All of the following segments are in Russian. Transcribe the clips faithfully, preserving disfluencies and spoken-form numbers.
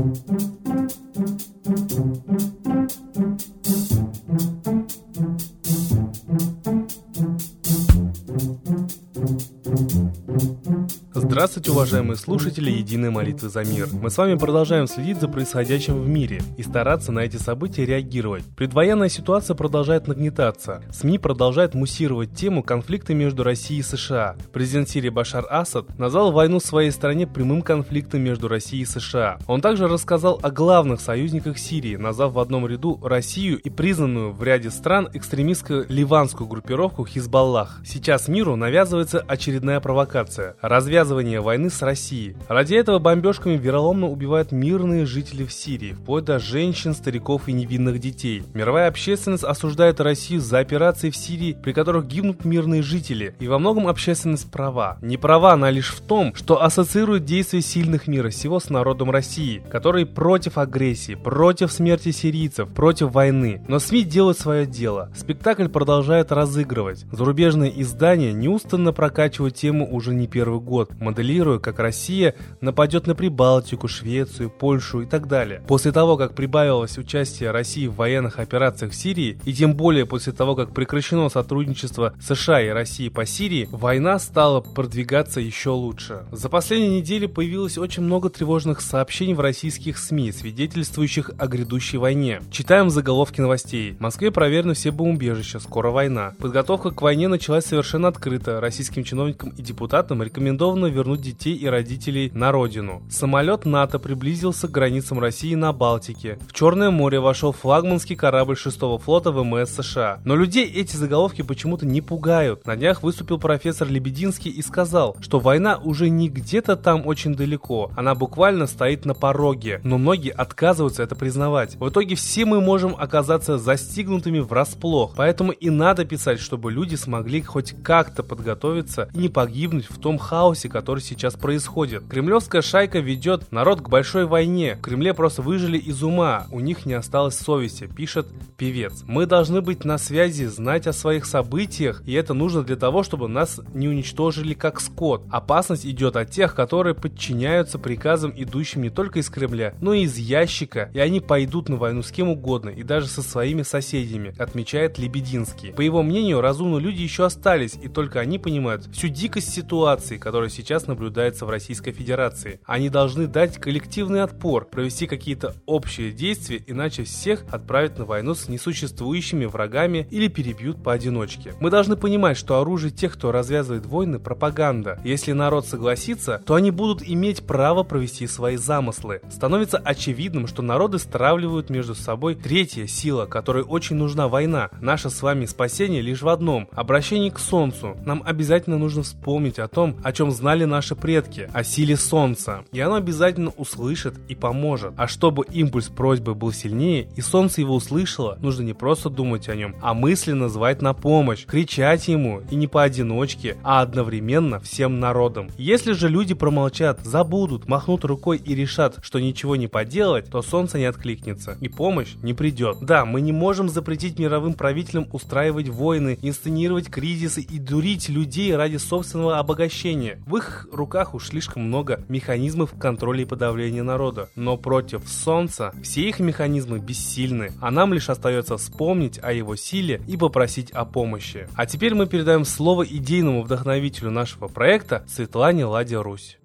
Здравствуйте, уважаемые слушатели Единой молитвы за мир. Мы с вами продолжаем следить за происходящим в мире и стараться на эти события реагировать. Предвоенная ситуация продолжает нагнетаться. СМИ продолжают муссировать тему конфликта между Россией и США. Президент Сирии Башар Асад назвал войну в своей стране прямым конфликтом между Россией и США. Он также рассказал о главных союзниках Сирии, назвав в одном ряду Россию и признанную в ряде стран экстремистскую ливанскую группировку Хизбаллах. Сейчас миру навязывается очередная провокация – развязывание войны с Россией. Ради этого бомбежками вероломно убивают мирные жители в Сирии, вплоть до женщин, стариков и невинных детей. Мировая общественность осуждает Россию за операции в Сирии, при которых гибнут мирные жители, и во многом общественность права. Не права она лишь в том, что ассоциирует действия сильных мира сего с народом России, который против агрессии, против смерти сирийцев, против войны. Но СМИ делают свое дело. Спектакль продолжают разыгрывать. Зарубежные издания неустанно прокачивают тему уже не первый год, моделируя, как Россия нападет на Прибалтику, Швецию, Польшу и так далее. После того, как прибавилось участие России в военных операциях в Сирии, и тем более после того, как прекращено сотрудничество США и России по Сирии, война стала продвигаться еще лучше. За последние недели появилось очень много тревожных сообщений в российских СМИ, свидетельствующих о грядущей войне. Читаем заголовки новостей. В Москве проверены все бомбоубежища, скоро война. Подготовка к войне началась совершенно открыто. Российским чиновникам и депутатам рекомендовано вернуть детей и родителей на родину. Самолет НАТО приблизился к границам России на Балтике. В Черное море вошел флагманский корабль шестого флота ВМС США. Но людей эти заголовки почему-то не пугают. На днях выступил профессор Лебединский и сказал, что война уже не где-то там очень далеко, она буквально стоит на пороге. Но многие отказываются это признавать. В итоге все мы можем оказаться застигнутыми врасплох. Поэтому и надо писать, чтобы люди смогли хоть как-то подготовиться и не погибнуть в том хаосе, который сейчас происходит. Кремлевская шайка ведет народ к большой войне. В Кремле просто выжили из ума, у них не осталось совести, пишет певец. Мы должны быть на связи, знать о своих событиях, и это нужно для того, чтобы нас не уничтожили как скот. Опасность идет от тех, которые подчиняются приказам, идущим не только из Кремля, но и из ящика, и они пойдут на войну с кем угодно, и даже со своими соседями, отмечает Лебединский. По его мнению, разумные люди еще остались, и только они понимают всю дикость ситуации, которая сейчас наблюдается в Российской Федерации. Они должны дать коллективный отпор, провести какие-то общие действия, иначе всех отправят на войну с несуществующими врагами или перебьют поодиночке. Мы должны понимать, что оружие тех, кто развязывает войны, пропаганда. Если народ согласится, то они будут иметь право провести свои замыслы. Становится очевидным, что народы стравливают между собой третья сила, которой очень нужна война. Наше с вами спасение лишь в одном – обращении к Солнцу. Нам обязательно нужно вспомнить о том, о чем знали наши предки, о силе Солнца. И оно обязательно услышит и поможет. А чтобы импульс просьбы был сильнее и Солнце его услышало, нужно не просто думать о нем, а мысленно звать на помощь, кричать ему, и не поодиночке, а одновременно всем народом. Если же люди промолчат, забудут, махнут рукой и решат, что ничего не поделать, то Солнце не откликнется и помощь не придет. Да, мы не можем запретить мировым правителям устраивать войны, инсценировать кризисы и дурить людей ради собственного обогащения. В их руках уж слишком много механизмов контроля и подавления народа. Но против Солнца все их механизмы бессильны, а нам лишь остается вспомнить о его силе и попросить о помощи. А теперь мы передаем слово идейному вдохновителю нашего проекта Светлане Ладе Русь.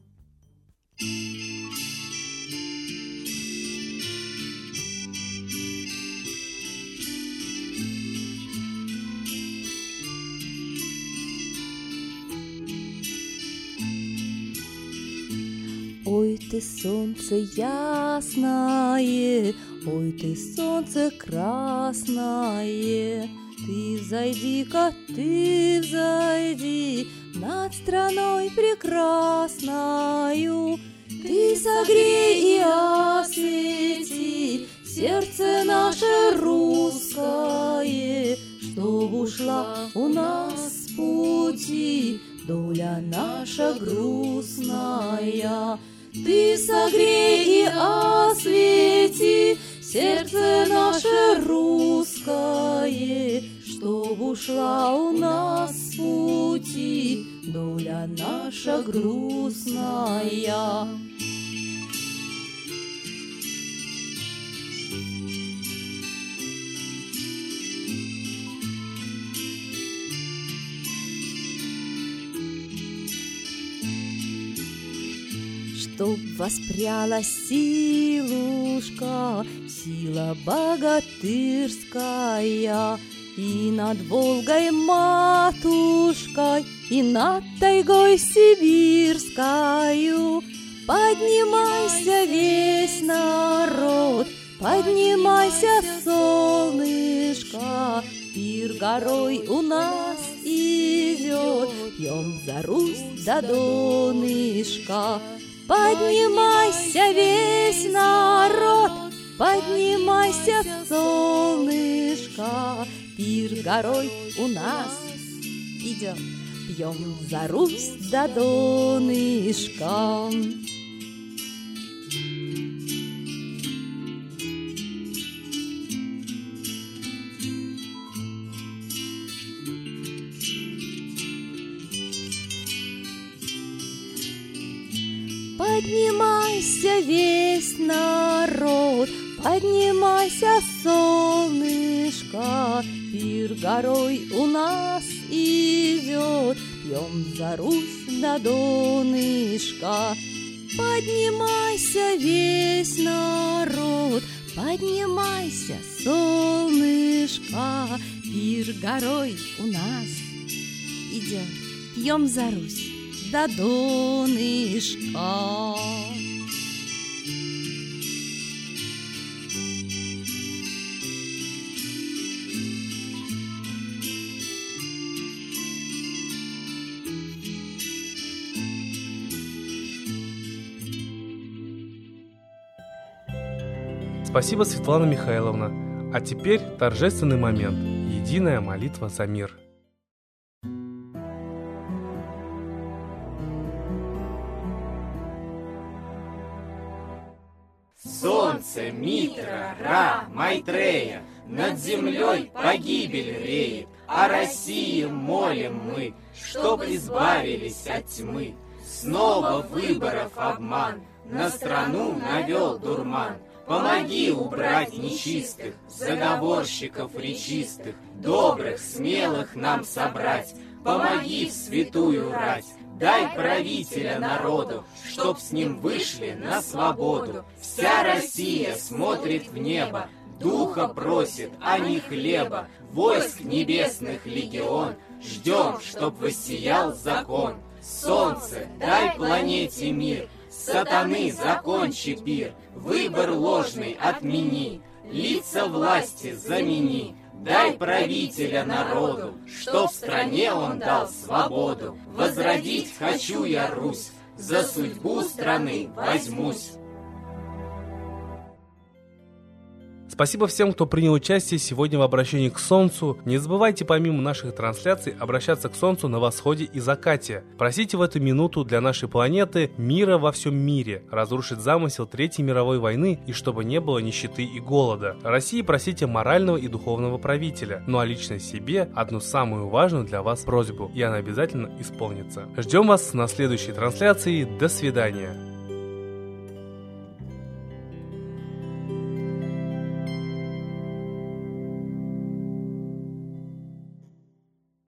Ой, ты солнце ясное, ой, ты солнце красное, ты взойди-ка, ты взойди над страной прекрасною, ты согрей и освети сердце наше русское, чтоб ушла у нас с пути доля наша грустная. Ты согрей и освети сердце наше русское, чтоб ушла у нас с пути доля наша грустная. Чтоб воспряла силушка, сила богатырская, и над Волгой матушкой, и над тайгой сибирскою. Поднимайся весь народ, поднимайся, солнышко, пир горой у нас идет, пьем за Русь до донышка. Поднимайся весь народ, поднимайся, солнышко, пир горой у нас идет, пьем за Русь до донышка. Поднимайся весь народ, поднимайся, солнышко, пир горой у нас идет, пьем за Русь до донышка. Поднимайся весь народ, поднимайся, солнышко, пир горой у нас идет, пьем за Русь до донышка. Спасибо, Светлана Михайловна. А теперь торжественный момент. Единая молитва за мир. Солнце, Митра, Ра, Майтрея, над землей погибель реет, о России молим мы, чтоб избавились от тьмы. Снова выборов обман, на страну навел дурман. Помоги убрать нечистых, заговорщиков речистых, добрых, смелых нам собрать. Помоги в святую рать, дай правителя народу, чтоб с ним вышли на свободу. Вся Россия смотрит в небо, духа просит, а не хлеба. Войск небесных легион, ждем, чтоб воссиял закон. Солнце, дай планете мир, сатаны закончи пир, выбор ложный отмени, лица власти замени. Дай правителя народу, чтоб в стране он дал свободу. Возродить хочу я Русь, за судьбу страны возьмусь. Спасибо всем, кто принял участие сегодня в обращении к Солнцу. Не забывайте помимо наших трансляций обращаться к Солнцу на восходе и закате. Просите в эту минуту для нашей планеты мира во всем мире, разрушить замысел Третьей мировой войны и чтобы не было нищеты и голода. России просите морального и духовного правителя, ну а лично себе одну самую важную для вас просьбу, и она обязательно исполнится. Ждем вас на следующей трансляции. До свидания.